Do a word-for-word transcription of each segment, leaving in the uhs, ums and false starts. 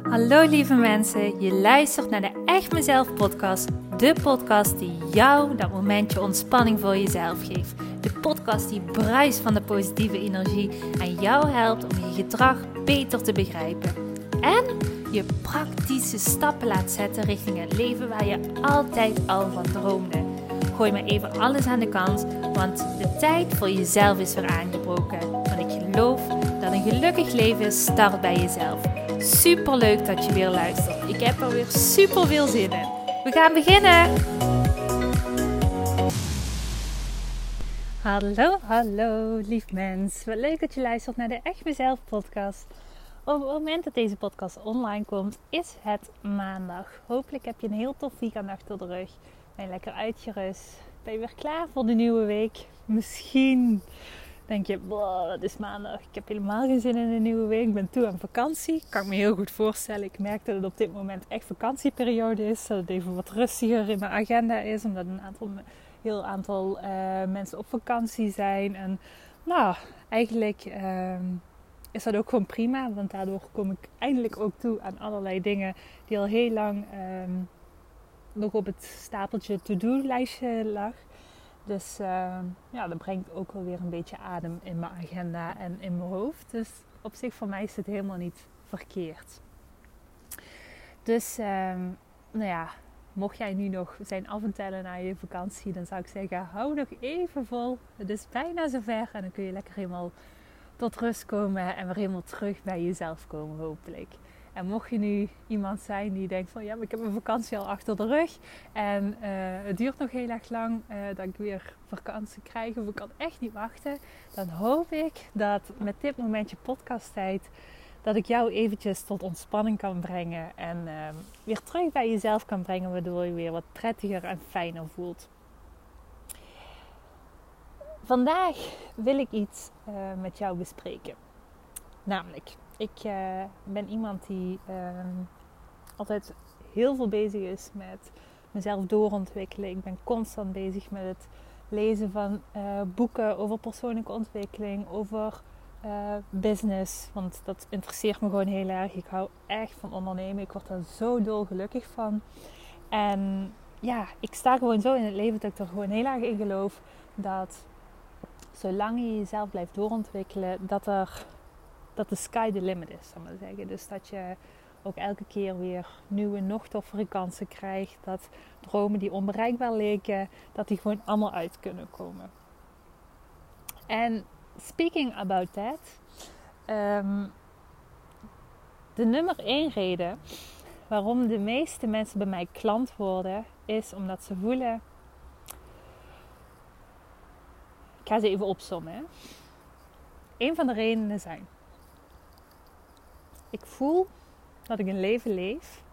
Hallo lieve mensen, je luistert naar de Echt Mezelf podcast. De podcast die jou dat momentje ontspanning voor jezelf geeft. De podcast die bruist van de positieve energie en jou helpt om je gedrag beter te begrijpen. En je praktische stappen laat zetten richting het leven waar je altijd al van droomde. Gooi maar even alles aan de kant, want de tijd voor jezelf is weer aangebroken. Want ik geloof dat een gelukkig leven start bij jezelf. Super leuk dat je weer luistert. Ik heb er weer super veel zin in. We gaan beginnen! Hallo, hallo lief mens. Wat leuk dat je luistert naar de Echt Mezelf podcast. Op het moment dat deze podcast online komt, is het maandag. Hopelijk heb je een heel tof weekend achter de rug. Ben je lekker uitgerust? Ben je weer klaar voor de nieuwe week? Misschien denk je, het is maandag. Ik heb helemaal geen zin in een nieuwe week. Ik ben toe aan vakantie. Kan ik me heel goed voorstellen. Ik merk dat het op dit moment echt vakantieperiode is. Dat het even wat rustiger in mijn agenda is. Omdat een aantal, heel aantal uh, mensen op vakantie zijn. En nou, eigenlijk uh, is dat ook gewoon prima. Want daardoor kom ik eindelijk ook toe aan allerlei dingen die al heel lang Um, nog op het stapeltje to-do-lijstje lag. Dus uh, ja, dat brengt ook wel weer een beetje adem in mijn agenda en in mijn hoofd. Dus op zich voor mij is het helemaal niet verkeerd. Dus uh, nou ja, mocht jij nu nog zijn af en tellen naar je vakantie, dan zou ik zeggen, hou nog even vol. Het is bijna zover en dan kun je lekker helemaal tot rust komen en weer helemaal terug bij jezelf komen hopelijk. En mocht je nu iemand zijn die denkt van ja, maar ik heb mijn vakantie al achter de rug. En uh, het duurt nog heel erg lang uh, dat ik weer vakantie krijg. Of ik kan echt niet wachten. Dan hoop ik dat met dit momentje podcasttijd dat ik jou eventjes tot ontspanning kan brengen. En uh, weer terug bij jezelf kan brengen. Waardoor je weer wat prettiger en fijner voelt. Vandaag wil ik iets uh, met jou bespreken. Namelijk, ik uh, ben iemand die uh, altijd heel veel bezig is met mezelf doorontwikkelen. Ik ben constant bezig met het lezen van uh, boeken over persoonlijke ontwikkeling, over uh, business. Want dat interesseert me gewoon heel erg. Ik hou echt van ondernemen. Ik word daar zo dolgelukkig van. En ja, ik sta gewoon zo in het leven dat ik er gewoon heel erg in geloof dat zolang je jezelf blijft doorontwikkelen, dat er... dat de sky the limit is, zal ik maar zeggen. Dus dat je ook elke keer weer nieuwe, nog toffere kansen krijgt. Dat dromen die onbereikbaar leken, dat die gewoon allemaal uit kunnen komen. En speaking about that. Um, de nummer één reden waarom de meeste mensen bij mij klant worden, is omdat ze voelen... Ik ga ze even opsommen. Hè? Een van de redenen zijn... Ik voel dat ik een leven leef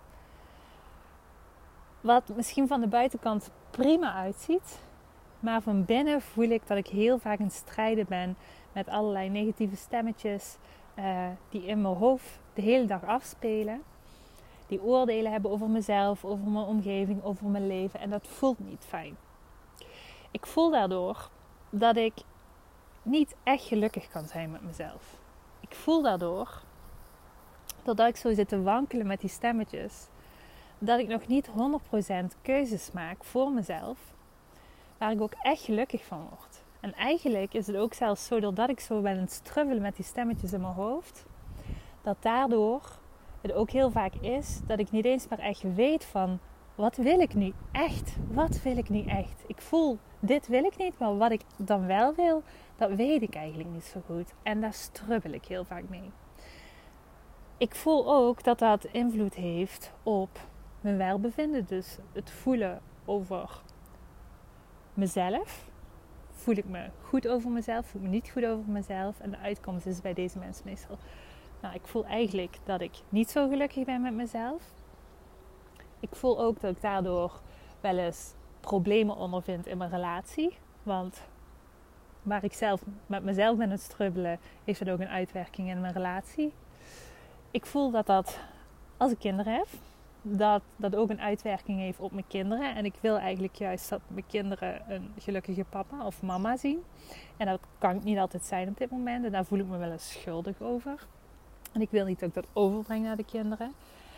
wat misschien van de buitenkant prima uitziet. Maar van binnen voel ik dat ik heel vaak in het strijden ben met allerlei negatieve stemmetjes uh, die in mijn hoofd de hele dag afspelen. Die oordelen hebben over mezelf, over mijn omgeving, over mijn leven. En dat voelt niet fijn. Ik voel daardoor dat ik niet echt gelukkig kan zijn met mezelf. Ik voel daardoor... doordat ik zo zit te wankelen met die stemmetjes, dat ik nog niet honderd procent keuzes maak voor mezelf, waar ik ook echt gelukkig van word. En eigenlijk is het ook zelfs zo, doordat ik zo ben aan het struggelen met die stemmetjes in mijn hoofd, dat daardoor het ook heel vaak is dat ik niet eens meer echt weet van, wat wil ik nu echt? Wat wil ik nu echt? Ik voel, dit wil ik niet, maar wat ik dan wel wil, dat weet ik eigenlijk niet zo goed. En daar strubbel ik heel vaak mee. Ik voel ook dat dat invloed heeft op mijn welbevinden. Dus het voelen over mezelf. Voel ik me goed over mezelf? Voel ik me niet goed over mezelf? En de uitkomst is bij deze mensen meestal... Nou, ik voel eigenlijk dat ik niet zo gelukkig ben met mezelf. Ik voel ook dat ik daardoor wel eens problemen ondervind in mijn relatie. Want waar ik zelf met mezelf ben aan het strubbelen, heeft dat ook een uitwerking in mijn relatie. Ik voel dat dat, als ik kinderen heb, dat dat ook een uitwerking heeft op mijn kinderen. En ik wil eigenlijk juist dat mijn kinderen een gelukkige papa of mama zien. En dat kan ik niet altijd zijn op dit moment. En daar voel ik me wel eens schuldig over. En ik wil niet dat ik dat overbreng naar de kinderen.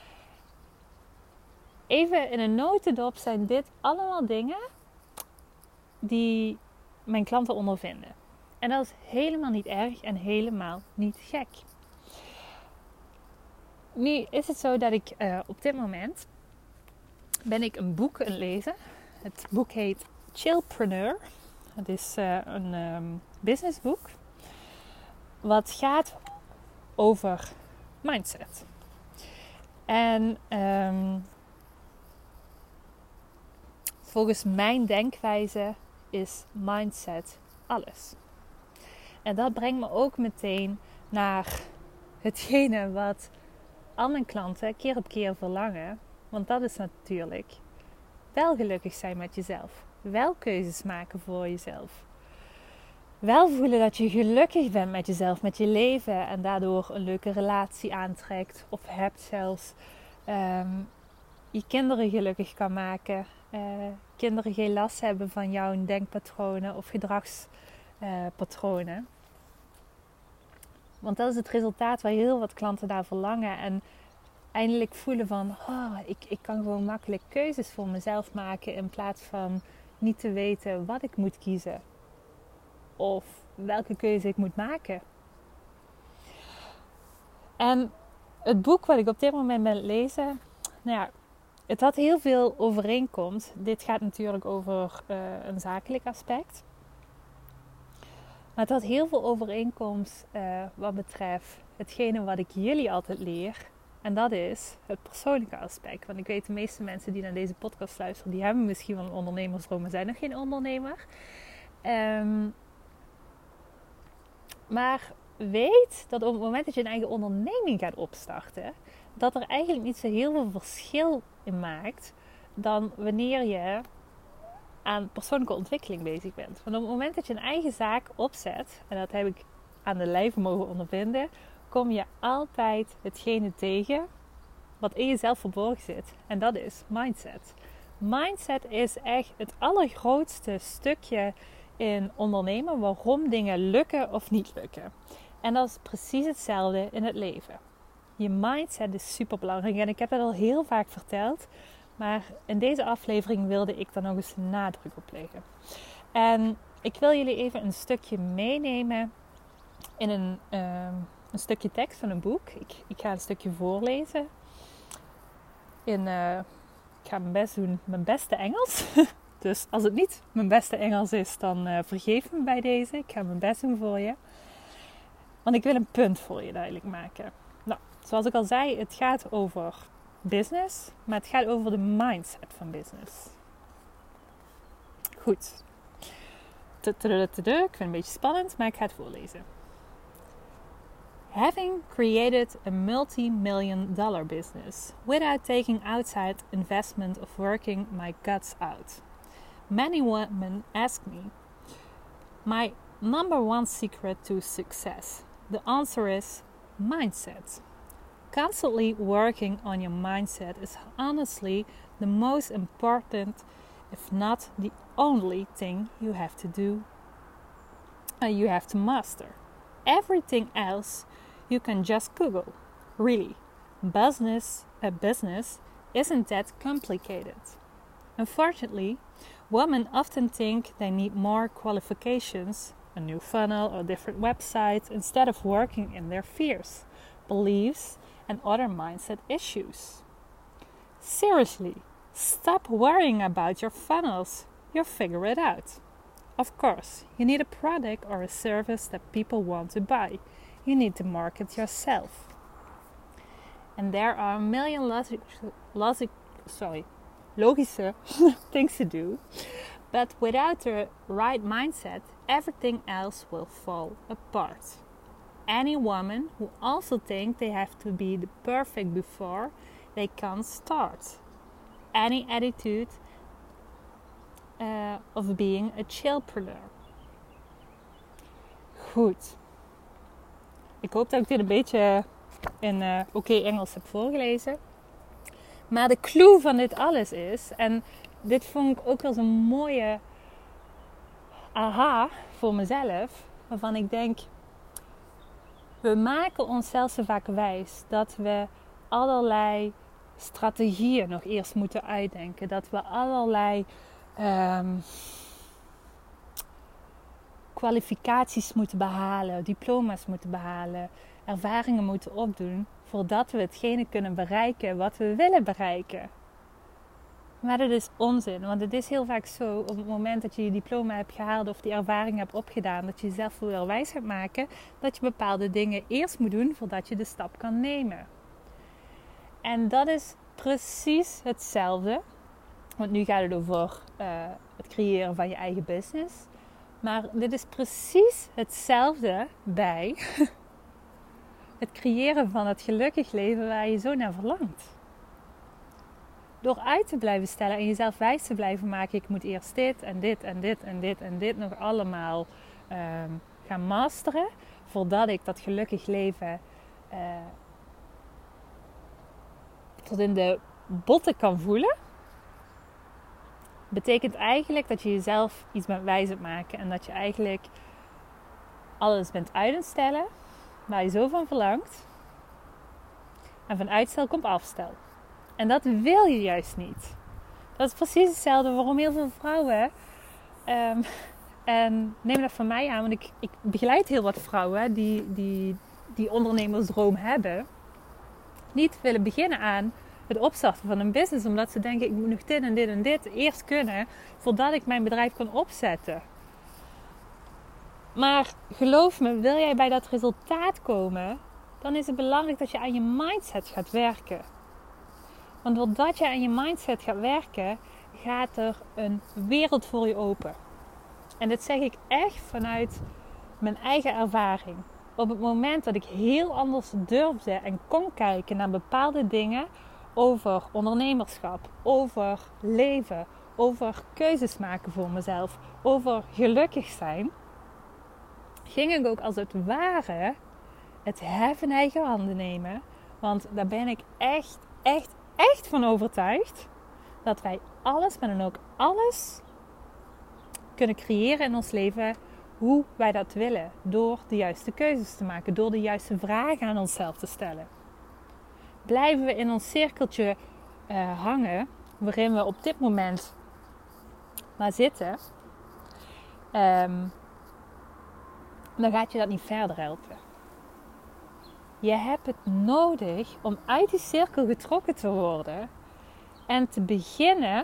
Even in een notendop zijn dit allemaal dingen die mijn klanten ondervinden. En dat is helemaal niet erg en helemaal niet gek. Nu is het zo dat ik uh, op dit moment ben ik een boek aan het lezen. Het boek heet Chillpreneur. Het is uh, een um, businessboek. Wat gaat over mindset. En um, volgens mijn denkwijze is mindset alles. En dat brengt me ook meteen naar hetgene wat al mijn klanten keer op keer verlangen. Want dat is natuurlijk wel gelukkig zijn met jezelf. Wel keuzes maken voor jezelf. Wel voelen dat je gelukkig bent met jezelf, met je leven. En daardoor een leuke relatie aantrekt. Of hebt zelfs. Um, je kinderen gelukkig kan maken. Uh, kinderen geen last hebben van jouw denkpatronen of gedragspatronen. Uh, Want dat is het resultaat waar heel wat klanten naar verlangen. En eindelijk voelen van, oh, ik, ik kan gewoon makkelijk keuzes voor mezelf maken. In plaats van niet te weten wat ik moet kiezen. Of welke keuze ik moet maken. En het boek wat ik op dit moment ben lezen. Nou ja, het had heel veel overeenkomst. Dit gaat natuurlijk over uh, een zakelijk aspect. Maar het had heel veel overeenkomst uh, wat betreft hetgene wat ik jullie altijd leer. En dat is het persoonlijke aspect. Want ik weet de meeste mensen die naar deze podcast luisteren, die hebben misschien wel een ondernemersdroom, maar zijn nog geen ondernemer. Um, maar weet dat op het moment dat je een eigen onderneming gaat opstarten, dat er eigenlijk niet zo heel veel verschil in maakt dan wanneer je aan persoonlijke ontwikkeling bezig bent. Want op het moment dat je een eigen zaak opzet, en dat heb ik aan de lijve mogen ondervinden, kom je altijd hetgene tegen wat in jezelf verborgen zit. En dat is mindset. Mindset is echt het allergrootste stukje in ondernemen waarom dingen lukken of niet lukken. En dat is precies hetzelfde in het leven. Je mindset is super belangrijk en ik heb het al heel vaak verteld. Maar in deze aflevering wilde ik daar nog eens nadruk op leggen. En ik wil jullie even een stukje meenemen in een, uh, een stukje tekst van een boek. Ik, ik ga een stukje voorlezen. In, uh, ik ga mijn best doen, mijn beste Engels. Dus als het niet mijn beste Engels is, dan uh, vergeef me bij deze. Ik ga mijn best doen voor je. Want ik wil een punt voor je duidelijk maken. Nou, zoals ik al zei, het gaat over business, maar het gaat over de mindset van business. Goed. Ik vind het een beetje spannend, maar ik ga het voorlezen. Having created a multi-million dollar business without taking outside investment of working my guts out. Many women ask me, my number one secret to success. The answer is mindset. Constantly working on your mindset is honestly the most important, if not the only thing you have to do, uh, you have to master. Everything else you can just Google. Really, business, a business isn't that complicated. Unfortunately, women often think they need more qualifications, a new funnel or different websites, instead of working in their fears, beliefs, and other mindset issues. Seriously, stop worrying about your funnels. You'll figure it out. Of course, you need a product or a service that people want to buy. You need to market yourself. And there are a million logic, logic, sorry, logische things to do. But without the right mindset, everything else will fall apart. Any woman who also think they have to be the perfect before they can start. Any attitude uh, of being a chillpreneur. Goed. Ik hoop dat ik dit een beetje in uh, oké okay Engels heb voorgelezen. Maar de clue van dit alles is, en dit vond ik ook wel zo'n mooie aha voor mezelf, waarvan ik denk, We maken onszelf zo vaak wijs dat we allerlei strategieën nog eerst moeten uitdenken. Dat we allerlei um, kwalificaties moeten behalen, diploma's moeten behalen, ervaringen moeten opdoen, voordat we hetgene kunnen bereiken wat we willen bereiken. Maar dat is onzin, want het is heel vaak zo, op het moment dat je je diploma hebt gehaald of die ervaring hebt opgedaan, dat je jezelf veel wijs gaat maken, dat je bepaalde dingen eerst moet doen voordat je de stap kan nemen. En dat is precies hetzelfde, want nu gaat het over uh, het creëren van je eigen business. Maar dit is precies hetzelfde bij het creëren van het gelukkig leven waar je zo naar verlangt. Door uit te blijven stellen en jezelf wijs te blijven maken, ik moet eerst dit en dit en dit en dit en dit nog allemaal um, gaan masteren, voordat ik dat gelukkig leven uh, tot in de botten kan voelen, betekent eigenlijk dat je jezelf iets bent wijs aan het maken en dat je eigenlijk alles bent uit aan het stellen waar je zo van verlangt. En van uitstel komt afstel. En dat wil je juist niet. Dat is precies hetzelfde waarom heel veel vrouwen, um, en neem dat van mij aan, want ik, ik begeleid heel wat vrouwen die, die die ondernemersdroom hebben, niet willen beginnen aan het opstarten van een business, omdat ze denken, ik moet nog dit en dit en dit eerst kunnen voordat ik mijn bedrijf kan opzetten. Maar geloof me, wil jij bij dat resultaat komen, dan is het belangrijk dat je aan je mindset gaat werken. Want doordat je aan je mindset gaat werken, gaat er een wereld voor je open. En dit zeg ik echt vanuit mijn eigen ervaring. Op het moment dat ik heel anders durfde en kon kijken naar bepaalde dingen over ondernemerschap, over leven, over keuzes maken voor mezelf, over gelukkig zijn, ging ik ook als het ware het hef in eigen handen nemen. Want daar ben ik echt, echt, echt van overtuigd dat wij alles, maar dan ook alles kunnen creëren in ons leven hoe wij dat willen. Door de juiste keuzes te maken, door de juiste vragen aan onszelf te stellen. Blijven we in ons cirkeltje uh, hangen, waarin we op dit moment maar zitten, um, dan gaat je dat niet verder helpen. Je hebt het nodig om uit die cirkel getrokken te worden en te beginnen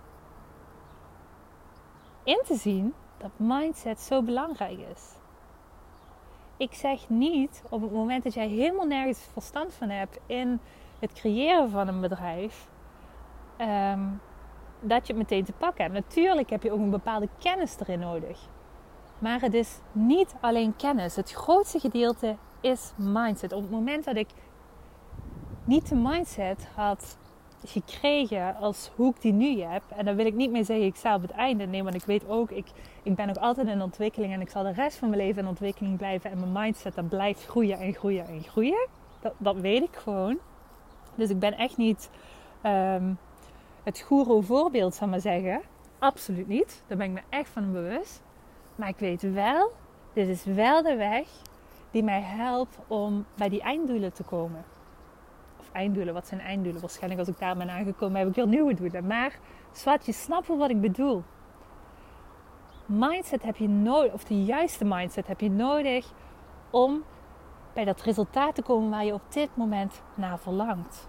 in te zien dat mindset zo belangrijk is. Ik zeg niet op het moment dat jij helemaal nergens verstand van hebt in het creëren van een bedrijf, um, dat je het meteen te pakken hebt. Natuurlijk heb je ook een bepaalde kennis erin nodig. Maar het is niet alleen kennis. Het grootste gedeelte is mindset. Op het moment dat ik niet de mindset had gekregen als hoe ik die nu heb, en dan wil ik niet meer zeggen ik sta op het einde, nee, want ik weet ook, ik, ik ben nog altijd in ontwikkeling en ik zal de rest van mijn leven in ontwikkeling blijven en mijn mindset dat blijft groeien en groeien en groeien. Dat, dat weet ik gewoon. Dus ik ben echt niet um, het goeroe voorbeeld, zal ik maar zeggen. Absoluut niet. Daar ben ik me echt van bewust. Maar ik weet wel, dit is wel de weg die mij helpt om bij die einddoelen te komen. Of einddoelen, wat zijn einddoelen? Waarschijnlijk als ik daar ben aangekomen heb ik weer nieuwe doelen. Maar zwart, je snapt wel wat ik bedoel. Mindset heb je nodig, of de juiste mindset heb je nodig om bij dat resultaat te komen waar je op dit moment naar verlangt.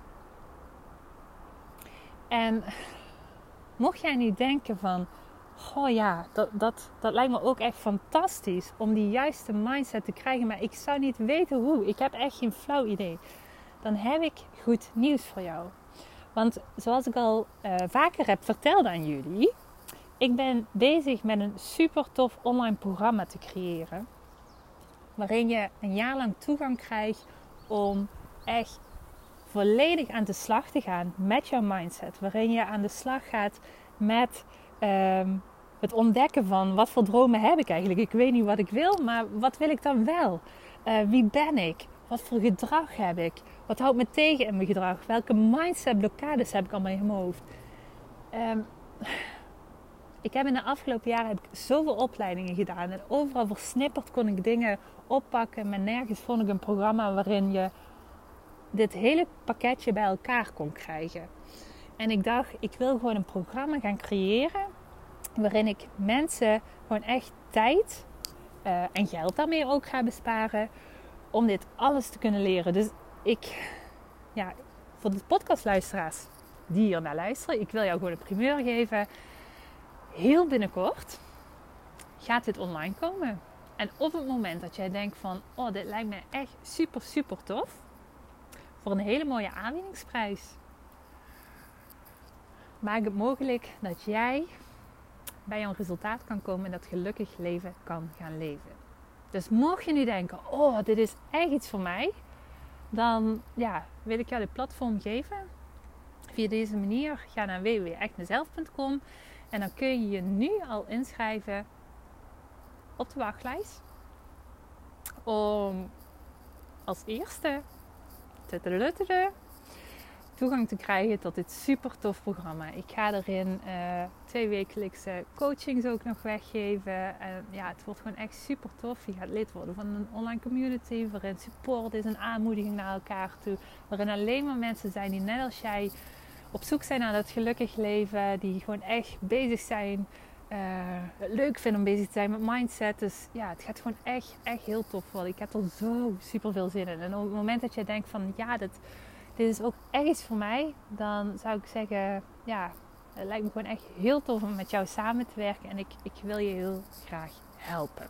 En mocht jij nu denken van, oh ja, dat, dat, dat lijkt me ook echt fantastisch om die juiste mindset te krijgen, maar ik zou niet weten hoe. Ik heb echt geen flauw idee. Dan heb ik goed nieuws voor jou. Want zoals ik al uh, vaker heb verteld aan jullie, ik ben bezig met een super tof online programma te creëren. Waarin je een jaar lang toegang krijgt om echt volledig aan de slag te gaan met jouw mindset. Waarin je aan de slag gaat met um, het ontdekken van wat voor dromen heb ik eigenlijk. Ik weet niet wat ik wil, maar wat wil ik dan wel? Uh, wie ben ik? Wat voor gedrag heb ik? Wat houdt me tegen in mijn gedrag? Welke mindset blokkades heb ik allemaal in mijn hoofd? Um, ik heb in de afgelopen jaren heb ik zoveel opleidingen gedaan. En overal versnipperd kon ik dingen oppakken. Maar nergens vond ik een programma waarin je dit hele pakketje bij elkaar kon krijgen. En ik dacht, ik wil gewoon een programma gaan creëren waarin ik mensen gewoon echt tijd uh, en geld daarmee ook ga besparen om dit alles te kunnen leren. Dus ik, ja, voor de podcastluisteraars die hier naar luisteren, ik wil jou gewoon een primeur geven. Heel binnenkort gaat dit online komen. En op het moment dat jij denkt van, oh, dit lijkt me echt super, super tof, voor een hele mooie aanbiedingsprijs, maak het mogelijk dat jij bij een resultaat kan komen en dat gelukkig leven kan gaan leven. Dus mocht je nu denken, oh, dit is echt iets voor mij, dan ja, wil ik jou dit platform geven. Via deze manier ga naar w w w punt echt mezelf punt com en dan kun je je nu al inschrijven op de wachtlijst om als eerste toegang te krijgen tot dit super tof programma. Ik ga erin uh, twee wekelijkse coachings ook nog weggeven. En ja, het wordt gewoon echt super tof. Je gaat lid worden van een online community waarin support is en aanmoediging naar elkaar toe. Waarin alleen maar mensen zijn die net als jij op zoek zijn naar dat gelukkig leven. Die gewoon echt bezig zijn. Uh, het leuk vinden om bezig te zijn met mindset. Dus ja, het gaat gewoon echt, echt heel tof worden. Ik heb er zo super veel zin in. En op het moment dat je denkt van ja, dit, dit is ook echt iets voor mij. Dan zou ik zeggen, ja, het lijkt me gewoon echt heel tof om met jou samen te werken. En ik, ik wil je heel graag helpen.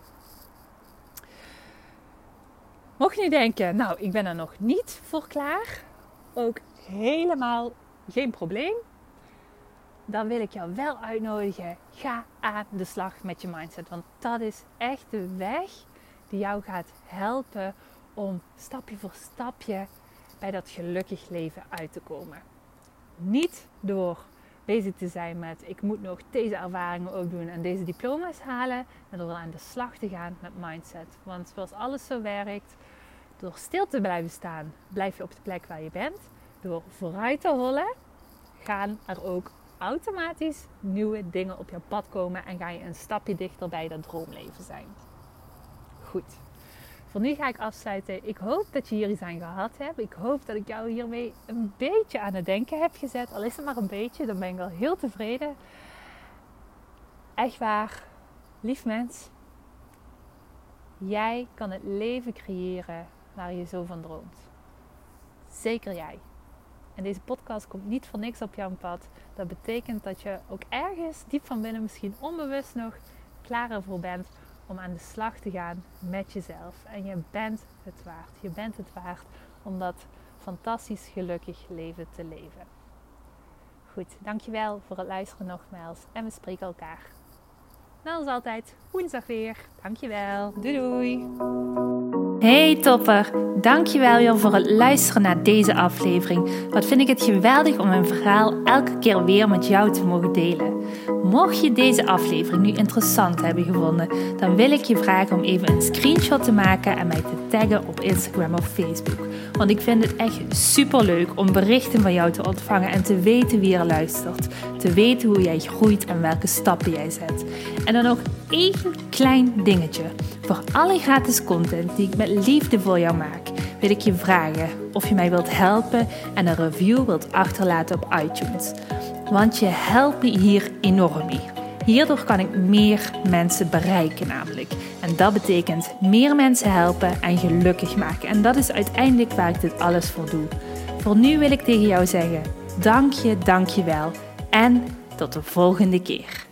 Mocht je nu denken, nou, ik ben er nog niet voor klaar. Ook helemaal geen probleem. Dan wil ik jou wel uitnodigen. Ga aan de slag met je mindset. Want dat is echt de weg die jou gaat helpen om stapje voor stapje bij dat gelukkig leven uit te komen. Niet door bezig te zijn met ik moet nog deze ervaringen ook doen en deze diploma's halen. Maar door aan de slag te gaan met mindset. Want zoals alles zo werkt, door stil te blijven staan, blijf je op de plek waar je bent. Door vooruit te hollen, gaan er ook automatisch nieuwe dingen op je pad komen en ga je een stapje dichter bij dat droomleven zijn. Goed, voor nu ga ik afsluiten. Ik hoop dat je hier iets aan gehad hebt. Ik hoop dat ik jou hiermee een beetje aan het denken heb gezet. Al is het maar een beetje, dan ben ik al heel tevreden. Echt waar, lief mens. Jij kan het leven creëren waar je zo van droomt. Zeker jij. En deze podcast komt niet voor niks op jouw pad. Dat betekent dat je ook ergens diep van binnen, misschien onbewust nog, klaar ervoor bent om aan de slag te gaan met jezelf. En je bent het waard. Je bent het waard om dat fantastisch gelukkig leven te leven. Goed, dankjewel voor het luisteren nogmaals. En we spreken elkaar. Nou, als altijd, woensdag weer. Dankjewel. Doei doei. Hey topper, dankjewel weer voor het luisteren naar deze aflevering. Wat vind ik het geweldig om mijn verhaal elke keer weer met jou te mogen delen. Mocht je deze aflevering nu interessant hebben gevonden, dan wil ik je vragen om even een screenshot te maken en mij te taggen op Instagram of Facebook. Want ik vind het echt super leuk om berichten van jou te ontvangen en te weten wie er luistert. Te weten hoe jij groeit en welke stappen jij zet. En dan nog één klein dingetje. Voor alle gratis content die ik met liefde voor jou maak, wil ik je vragen of je mij wilt helpen en een review wilt achterlaten op iTunes. Want je helpt me hier enorm mee. Hierdoor kan ik meer mensen bereiken namelijk. En dat betekent meer mensen helpen en gelukkig maken. En dat is uiteindelijk waar ik dit alles voor doe. Voor nu wil ik tegen jou zeggen, dank je, dank je wel. En tot de volgende keer.